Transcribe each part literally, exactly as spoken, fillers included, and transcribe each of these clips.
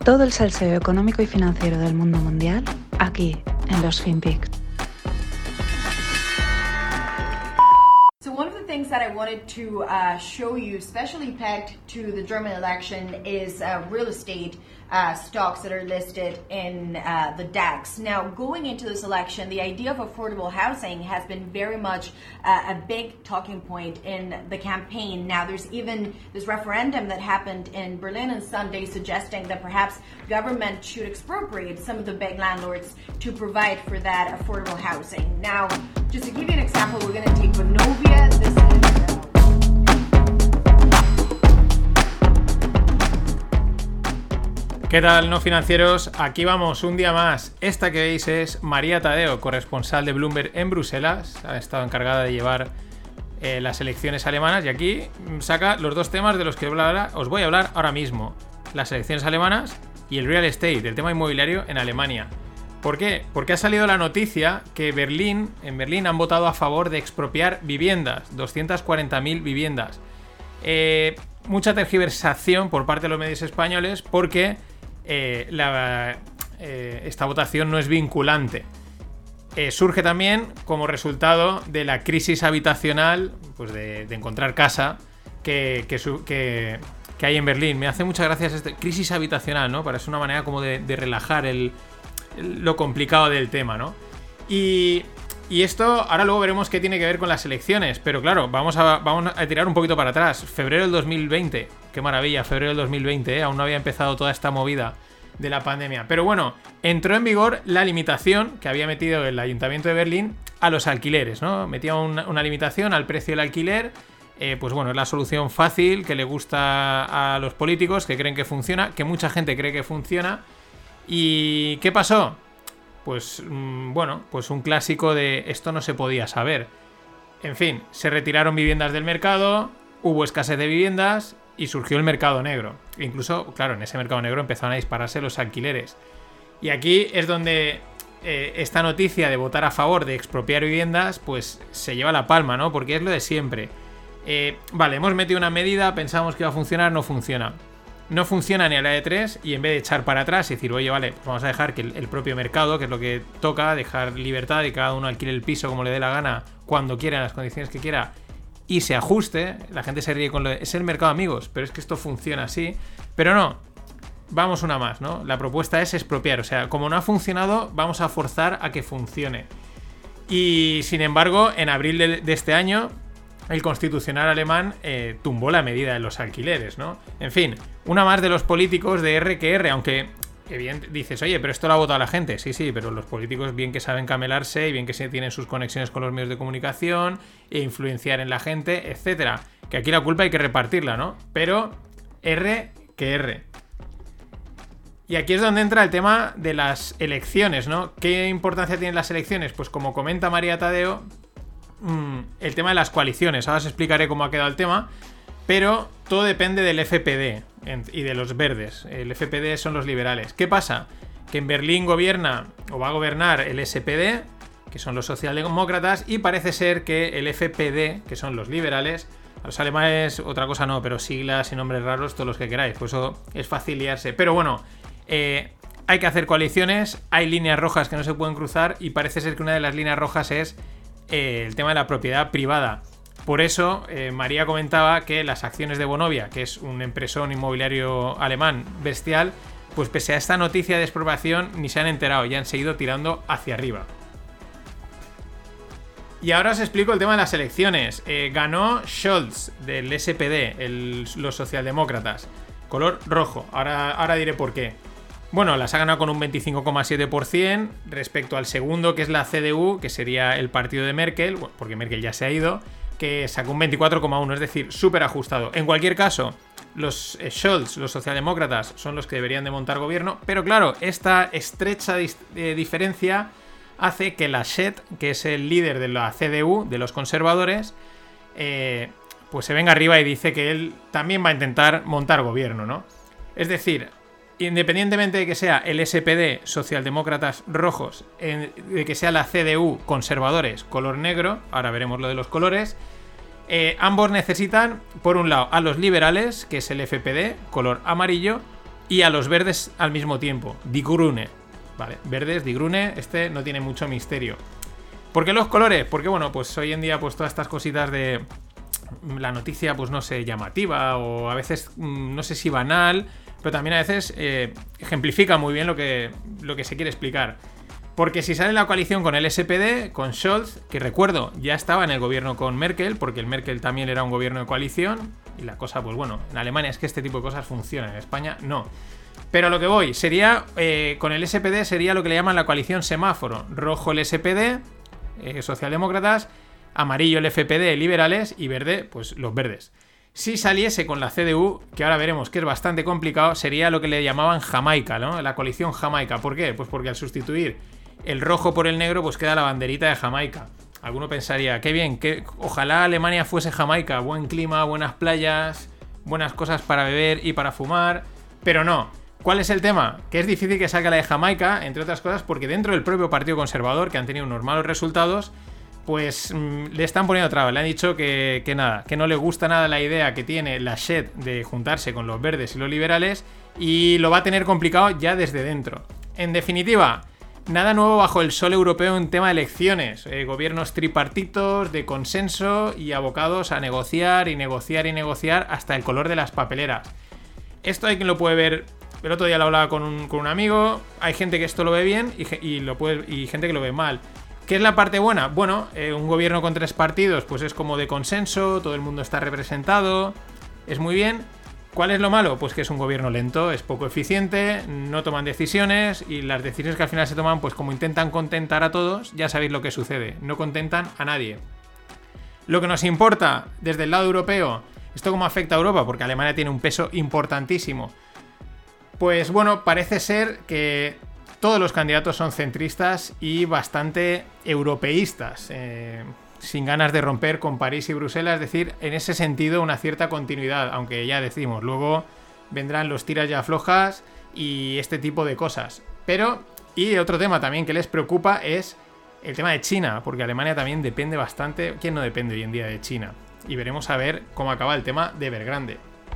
Todo el salseo económico y financiero del mundo mundial, aquí, en los FinPix. So one of the things that I wanted to uh, show you, especially pegged to the German election, is uh, real estate uh, stocks that are listed in uh, the DAX. Now, going into this election, the idea of affordable housing has been very much uh, a big talking point in the campaign. Now, there's even this referendum that happened in Berlin on Sunday suggesting that perhaps government should expropriate some of the big landlords to provide for that affordable housing. Now, just to give you an example, we're going to take Vonovia. This is ¿Qué tal, no financieros? Aquí vamos, un día más. Esta que veis es María Tadeo, corresponsal de Bloomberg en Bruselas. Ha estado encargada de llevar eh, las elecciones alemanas y aquí saca los dos temas de los que os voy a hablar ahora mismo. Las elecciones alemanas y el real estate, el tema inmobiliario en Alemania. ¿Por qué? Porque ha salido la noticia que Berlín, en Berlín han votado a favor de expropiar viviendas, doscientas cuarenta mil viviendas. Eh, mucha tergiversación por parte de los medios españoles porque eh, la, eh, esta votación no es vinculante. Eh, surge también como resultado de la crisis habitacional, pues de, de encontrar casa que, que, que, que hay en Berlín. Me hace muchas gracias esta crisis habitacional, ¿no? Parece una manera como de, de relajar el lo complicado del tema, ¿no? Y, y esto ahora luego veremos qué tiene que ver con las elecciones, pero claro, vamos a, vamos a tirar un poquito para atrás. Febrero del dos mil veinte, qué maravilla, febrero del dos mil veinte, ¿eh? Aún no había empezado toda esta movida de la pandemia. Pero bueno, entró en vigor la limitación que había metido el Ayuntamiento de Berlín a los alquileres, ¿no? Metía una, una limitación al precio del alquiler. Eh, pues bueno, es la solución fácil que le gusta a los políticos, que creen que funciona, que mucha gente cree que funciona. ¿Y qué pasó? Pues mmm, bueno, pues un clásico de esto no se podía saber. En fin, se retiraron viviendas del mercado, hubo escasez de viviendas y surgió el mercado negro. E incluso, claro, en ese mercado negro empezaron a dispararse los alquileres. Y aquí es donde eh, esta noticia de votar a favor de expropiar viviendas, pues se lleva la palma, ¿no? Porque es lo de siempre. Eh, vale, hemos metido una medida, pensamos que iba a funcionar, no funciona. No funciona ni a la E tres y en vez de echar para atrás y decir, oye, vale, pues vamos a dejar que el, el propio mercado, que es lo que toca, dejar libertad de que cada uno alquile el piso como le dé la gana, cuando quiera, en las condiciones que quiera, y se ajuste. La gente se ríe con lo de, es el mercado, amigos, pero es que esto funciona así. Pero no, vamos una más, ¿no? La propuesta es expropiar, o sea, como no ha funcionado, vamos a forzar a que funcione. Y sin embargo, en abril de, de este año, el Constitucional alemán eh, tumbó la medida de los alquileres, ¿no? En fin, una más de los políticos de R que R, aunque bien dices, oye, pero esto lo ha votado la gente. Sí, sí, pero los políticos bien que saben camelarse y bien que se tienen sus conexiones con los medios de comunicación e influenciar en la gente, etcétera. Que aquí la culpa hay que repartirla, ¿no? Pero R que R. Y aquí es donde entra el tema de las elecciones, ¿no? ¿Qué importancia tienen las elecciones? Pues como comenta María Tadeo, el tema de las coaliciones. Ahora os explicaré cómo ha quedado el tema, pero todo depende del F P D y de los verdes. El F P D son los liberales. ¿Qué pasa? Que en Berlín gobierna o va a gobernar el S P D, que son los socialdemócratas, y parece ser que el F P D, que son los liberales, a los alemanes otra cosa no, pero siglas y nombres raros todos los que queráis, pues eso es fácil liarse. Pero bueno, eh, hay que hacer coaliciones, hay líneas rojas que no se pueden cruzar y parece ser que una de las líneas rojas es el tema de la propiedad privada. Por eso, eh, María comentaba que las acciones de Vonovia, que es un empresón inmobiliario alemán bestial, pues pese a esta noticia de expropiación ni se han enterado, ya han seguido tirando hacia arriba. Y ahora os explico el tema de las elecciones. Eh, ganó Scholz del S P D, el, los socialdemócratas, color rojo. Ahora, ahora diré por qué. Bueno, las ha ganado con un veinticinco coma siete por ciento respecto al segundo, que es la C D U, que sería el partido de Merkel, porque Merkel ya se ha ido, que sacó un veinticuatro coma uno, es decir, súper ajustado. En cualquier caso, los eh, Scholz, los socialdemócratas, son los que deberían de montar gobierno, pero claro, esta estrecha eh, diferencia hace que Laschet, que es el líder de la C D U, de los conservadores, eh, pues se venga arriba y dice que él también va a intentar montar gobierno, ¿no? Es decir, independientemente de que sea el S P D, socialdemócratas rojos, de que sea la C D U, conservadores, color negro, ahora veremos lo de los colores, eh, ambos necesitan, por un lado, a los liberales, que es el F P D, color amarillo, y a los verdes al mismo tiempo. Die Grüne. Vale, verdes, Die Grüne, este no tiene mucho misterio. ¿Por qué los colores? Porque bueno, pues hoy en día pues todas estas cositas de la noticia, pues no sé, llamativa o a veces no sé si banal, pero también a veces eh, ejemplifica muy bien lo que, lo que se quiere explicar. Porque si sale la coalición con el S P D, con Scholz, que recuerdo, ya estaba en el gobierno con Merkel, porque el Merkel también era un gobierno de coalición, y la cosa, pues bueno, en Alemania es que este tipo de cosas funcionan, en España no. Pero a lo que voy, sería, eh, con el S P D sería lo que le llaman la coalición semáforo. Rojo el S P D, eh, socialdemócratas, amarillo el F P D, liberales, y verde, pues los verdes. Si saliese con la C D U, que ahora veremos que es bastante complicado, sería lo que le llamaban Jamaica, ¿no? La coalición Jamaica. ¿Por qué? Pues porque al sustituir el rojo por el negro, pues queda la banderita de Jamaica. Alguno pensaría, qué bien, que ojalá Alemania fuese Jamaica, buen clima, buenas playas, buenas cosas para beber y para fumar, pero no. ¿Cuál es el tema? Que es difícil que salga la de Jamaica, entre otras cosas, porque dentro del propio Partido Conservador, que han tenido unos malos resultados, pues mmm, le están poniendo trabas. Le han dicho que, que nada, que no le gusta nada la idea que tiene la Shed de juntarse con los verdes y los liberales, y lo va a tener complicado ya desde dentro. En definitiva, nada nuevo bajo el sol europeo en tema de elecciones. Eh, gobiernos tripartitos, de consenso y abocados a negociar y negociar y negociar hasta el color de las papeleras. Esto hay quien lo puede ver. El otro día lo hablaba con un, con un amigo. Hay gente que esto lo ve bien y, y, lo puede, y gente que lo ve mal. ¿Qué es la parte buena? Bueno, eh, un gobierno con tres partidos pues es como de consenso, todo el mundo está representado, es muy bien. ¿Cuál es lo malo? Pues que es un gobierno lento, es poco eficiente, no toman decisiones y las decisiones que al final se toman, pues como intentan contentar a todos, ya sabéis lo que sucede, no contentan a nadie. Lo que nos importa desde el lado europeo, ¿esto cómo afecta a Europa? Porque Alemania tiene un peso importantísimo. Pues bueno, parece ser que todos los candidatos son centristas y bastante europeístas, eh, sin ganas de romper con París y Bruselas, es decir, en ese sentido una cierta continuidad, aunque ya decimos, luego vendrán los tiras y aflojas y este tipo de cosas. Pero, y otro tema también que les preocupa es el tema de China, porque Alemania también depende bastante, ¿quién no depende hoy en día de China? Y veremos a ver cómo acaba el tema de Evergrande.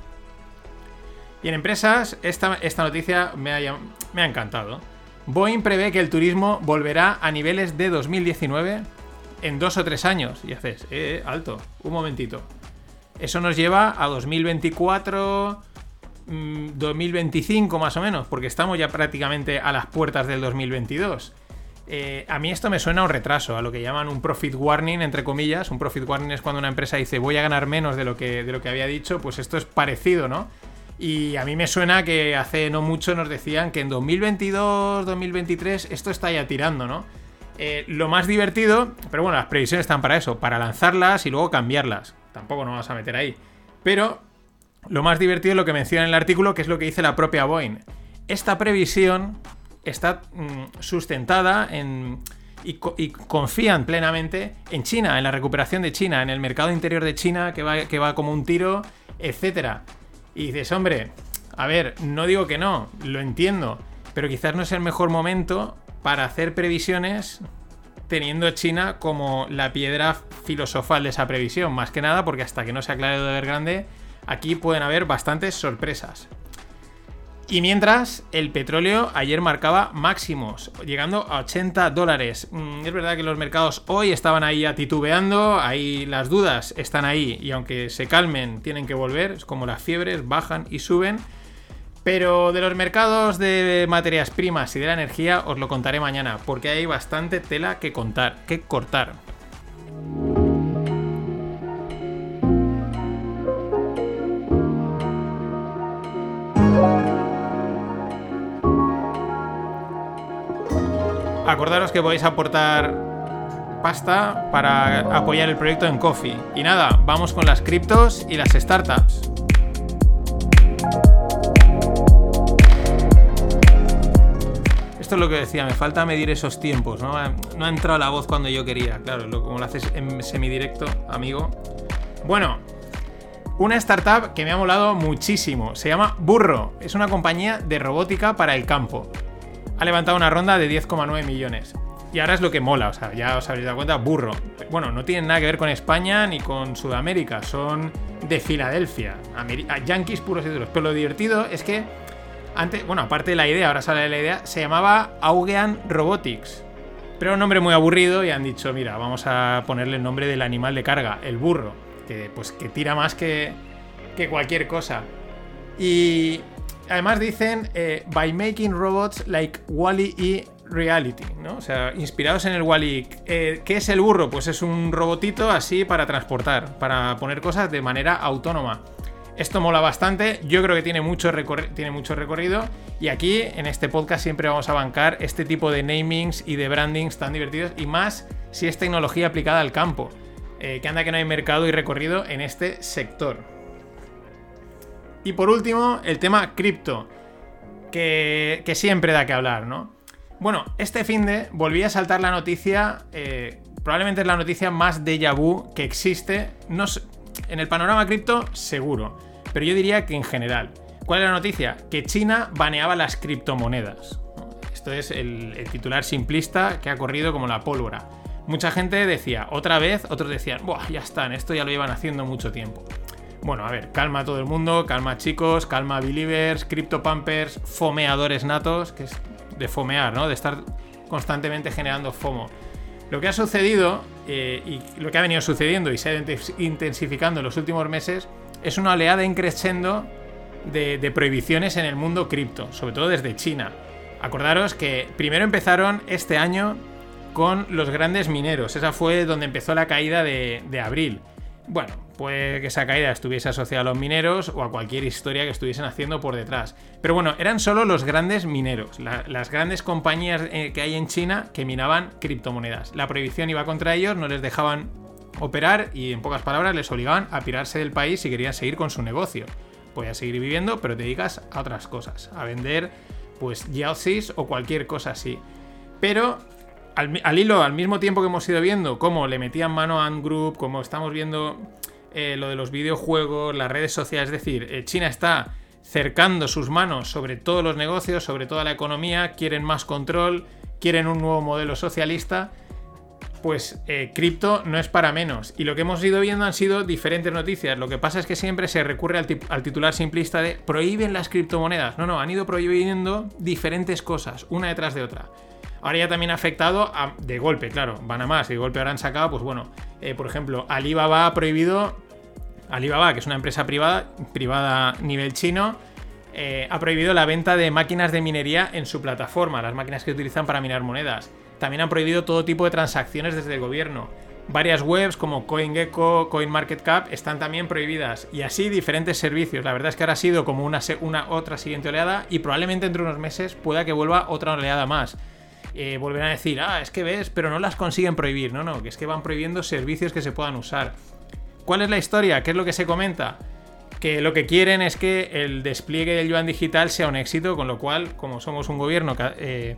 Y en empresas, esta, esta noticia me ha, me ha encantado. Boeing prevé que el turismo volverá a niveles de dos mil diecinueve en dos o tres años. Y haces, eh, alto, un momentito. Eso nos lleva a dos mil veinticuatro, mmm, dos mil veinticinco más o menos, porque estamos ya prácticamente a las puertas del dos mil veintidós. Eh, a mí esto me suena a un retraso, a lo que llaman un profit warning, entre comillas. Un profit warning es cuando una empresa dice voy a ganar menos de lo que, de lo que había dicho, pues esto es parecido, ¿no? Y a mí me suena que hace no mucho nos decían que en dos mil veintidós, dos mil veintitrés esto está ya tirando, ¿no? Eh, lo más divertido, pero bueno, las previsiones están para eso, para lanzarlas y luego cambiarlas. Tampoco nos vamos a meter ahí. Pero lo más divertido es lo que menciona en el artículo, que es lo que dice la propia Boeing. Esta previsión está mmm, sustentada en, y, y confían plenamente en China, en la recuperación de China, en el mercado interior de China que va, que va como un tiro, etcétera. Y dices, hombre, a ver, no digo que no, lo entiendo, pero quizás no es el mejor momento para hacer previsiones teniendo a China como la piedra filosofal de esa previsión, más que nada porque hasta que no se aclare lo de Evergrande, aquí pueden haber bastantes sorpresas. Y mientras, el petróleo ayer marcaba máximos, llegando a ochenta dólares. Es verdad que los mercados hoy estaban ahí titubeando, ahí las dudas están ahí, y aunque se calmen, tienen que volver, es como las fiebres, bajan y suben. Pero de los mercados de materias primas y de la energía os lo contaré mañana, porque hay bastante tela que contar, que cortar. Acordaros que podéis aportar pasta para apoyar el proyecto en Ko-fi. Y nada, vamos con las criptos y las startups. Esto es lo que decía, me falta medir esos tiempos, ¿no? No ha entrado la voz cuando yo quería, claro, como lo haces en semidirecto, amigo. Bueno, una startup que me ha molado muchísimo, se llama Burro, es una compañía de robótica para el campo. Ha levantado una ronda de diez coma nueve millones. Y ahora es lo que mola, o sea, ya os habréis dado cuenta, Burro. Bueno, no tienen nada que ver con España ni con Sudamérica, son de Filadelfia, Ameri- Yankees puros y duros. Pero lo divertido es que Antes, bueno, aparte de la idea, ahora sale la idea, se llamaba Augean Robotics. Pero un nombre muy aburrido y han dicho, mira, vamos a ponerle el nombre del animal de carga, el burro, que pues que tira más que, que cualquier cosa. Y además dicen, eh, by making robots like Wall-E y Reality, ¿no? O sea, inspirados en el Wall-E. Eh, ¿Qué es el burro? Pues es un robotito así para transportar, para poner cosas de manera autónoma. Esto mola bastante, yo creo que tiene mucho, recorri- tiene mucho recorrido y aquí en este podcast siempre vamos a bancar este tipo de namings y de brandings tan divertidos y más si es tecnología aplicada al campo, eh, que anda que no hay mercado y recorrido en este sector. Y por último, el tema cripto, que, que siempre da que hablar, ¿no? Bueno, este finde volví a saltar la noticia, eh, probablemente es la noticia más déjà vu que existe, no sé, en el panorama cripto seguro, pero yo diría que en general. ¿Cuál es la noticia? Que China baneaba las criptomonedas. Esto es el, el titular simplista que ha corrido como la pólvora. Mucha gente decía, otra vez, otros decían, buah, ya están, esto ya lo llevan haciendo mucho tiempo. Bueno, a ver, calma a todo el mundo, calma chicos, calma believers, CryptoPumpers, fomeadores natos, que es de fomear, ¿no? De estar constantemente generando FOMO. Lo que ha sucedido, eh, y lo que ha venido sucediendo y se ha intensificando en los últimos meses, es una oleada increciendo de, de prohibiciones en el mundo cripto, sobre todo desde China. Acordaros que primero empezaron este año con los grandes mineros, esa fue donde empezó la caída de, de abril. Bueno, puede que esa caída estuviese asociada a los mineros o a cualquier historia que estuviesen haciendo por detrás. Pero bueno, eran solo los grandes mineros, la, las grandes compañías eh, que hay en China que minaban criptomonedas. La prohibición iba contra ellos, no les dejaban operar y en pocas palabras les obligaban a pirarse del país si querían seguir con su negocio. Podías seguir viviendo, pero te dedicas a otras cosas, a vender pues Yeltsis o cualquier cosa así. Pero Al, al hilo, al mismo tiempo que hemos ido viendo cómo le metían mano a Ant Group, como estamos viendo eh, lo de los videojuegos, las redes sociales, es decir, eh, China está cercando sus manos sobre todos los negocios, sobre toda la economía, quieren más control, quieren un nuevo modelo socialista, pues eh, cripto no es para menos. Y lo que hemos ido viendo han sido diferentes noticias. Lo que pasa es que siempre se recurre al, al titular simplista de prohíben las criptomonedas. No, no, han ido prohibiendo diferentes cosas, una detrás de otra. Ahora ya también ha afectado a, de golpe, claro, van a más, de golpe ahora han sacado, pues bueno, eh, por ejemplo, Alibaba ha prohibido, Alibaba, que es una empresa privada, privada nivel chino, eh, ha prohibido la venta de máquinas de minería en su plataforma, las máquinas que utilizan para minar monedas. También han prohibido todo tipo de transacciones desde el gobierno. Varias webs como CoinGecko, CoinMarketCap están también prohibidas y así diferentes servicios. La verdad es que ahora ha sido como una, una otra siguiente oleada y probablemente entre unos meses pueda que vuelva otra oleada más. Eh, volverán a decir, ah, es que ves, pero no las consiguen prohibir. No, no, que es que van prohibiendo servicios que se puedan usar. ¿Cuál es la historia? ¿Qué es lo que se comenta? Que lo que quieren es que el despliegue del yuan digital sea un éxito, con lo cual, como somos un gobierno eh,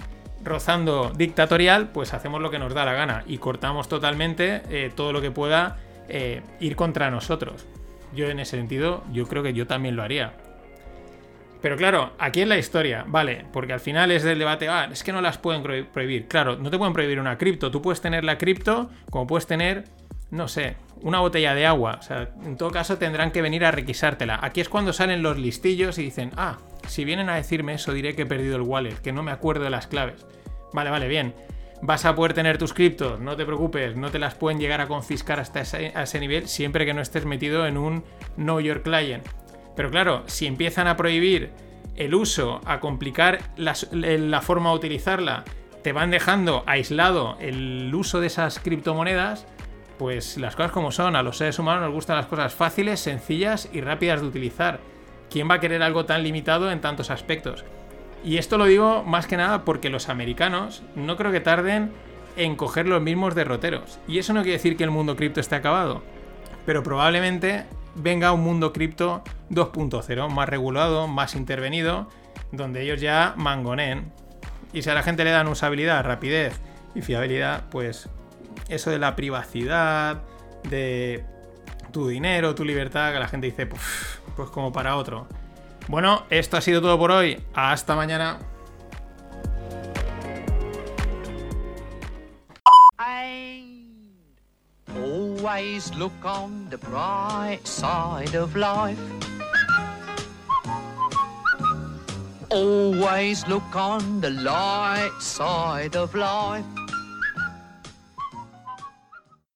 rozando dictatorial, pues hacemos lo que nos da la gana y cortamos totalmente eh, todo lo que pueda eh, ir contra nosotros. Yo en ese sentido, yo creo que yo también lo haría. Pero claro, aquí es la historia, vale, porque al final es del debate, ah, es que no las pueden prohibir. Claro, no te pueden prohibir una cripto, tú puedes tener la cripto como puedes tener, no sé, una botella de agua. O sea, en todo caso tendrán que venir a requisártela. Aquí es cuando salen los listillos y dicen, ah, si vienen a decirme eso diré que he perdido el wallet, que no me acuerdo de las claves. Vale, vale, bien. Vas a poder tener tus criptos, no te preocupes, no te las pueden llegar a confiscar hasta ese, a ese nivel siempre que no estés metido en un Know Your Client. Pero claro, si empiezan a prohibir el uso, a complicar la, la forma de utilizarla, te van dejando aislado el uso de esas criptomonedas, pues las cosas como son, a los seres humanos nos gustan las cosas fáciles, sencillas y rápidas de utilizar. ¿Quién va a querer algo tan limitado en tantos aspectos? Y esto lo digo más que nada porque los americanos no creo que tarden en coger los mismos derroteros. Y eso no quiere decir que el mundo cripto esté acabado, pero probablemente venga un mundo cripto dos punto cero, más regulado, más intervenido, donde ellos ya mangoneen. Y si a la gente le dan usabilidad, rapidez y fiabilidad, pues eso de la privacidad, de tu dinero, tu libertad, que la gente dice, pues, pues como para otro. Bueno, esto ha sido todo por hoy. Hasta mañana. Always look on the bright side of life. Always look on the light side of life.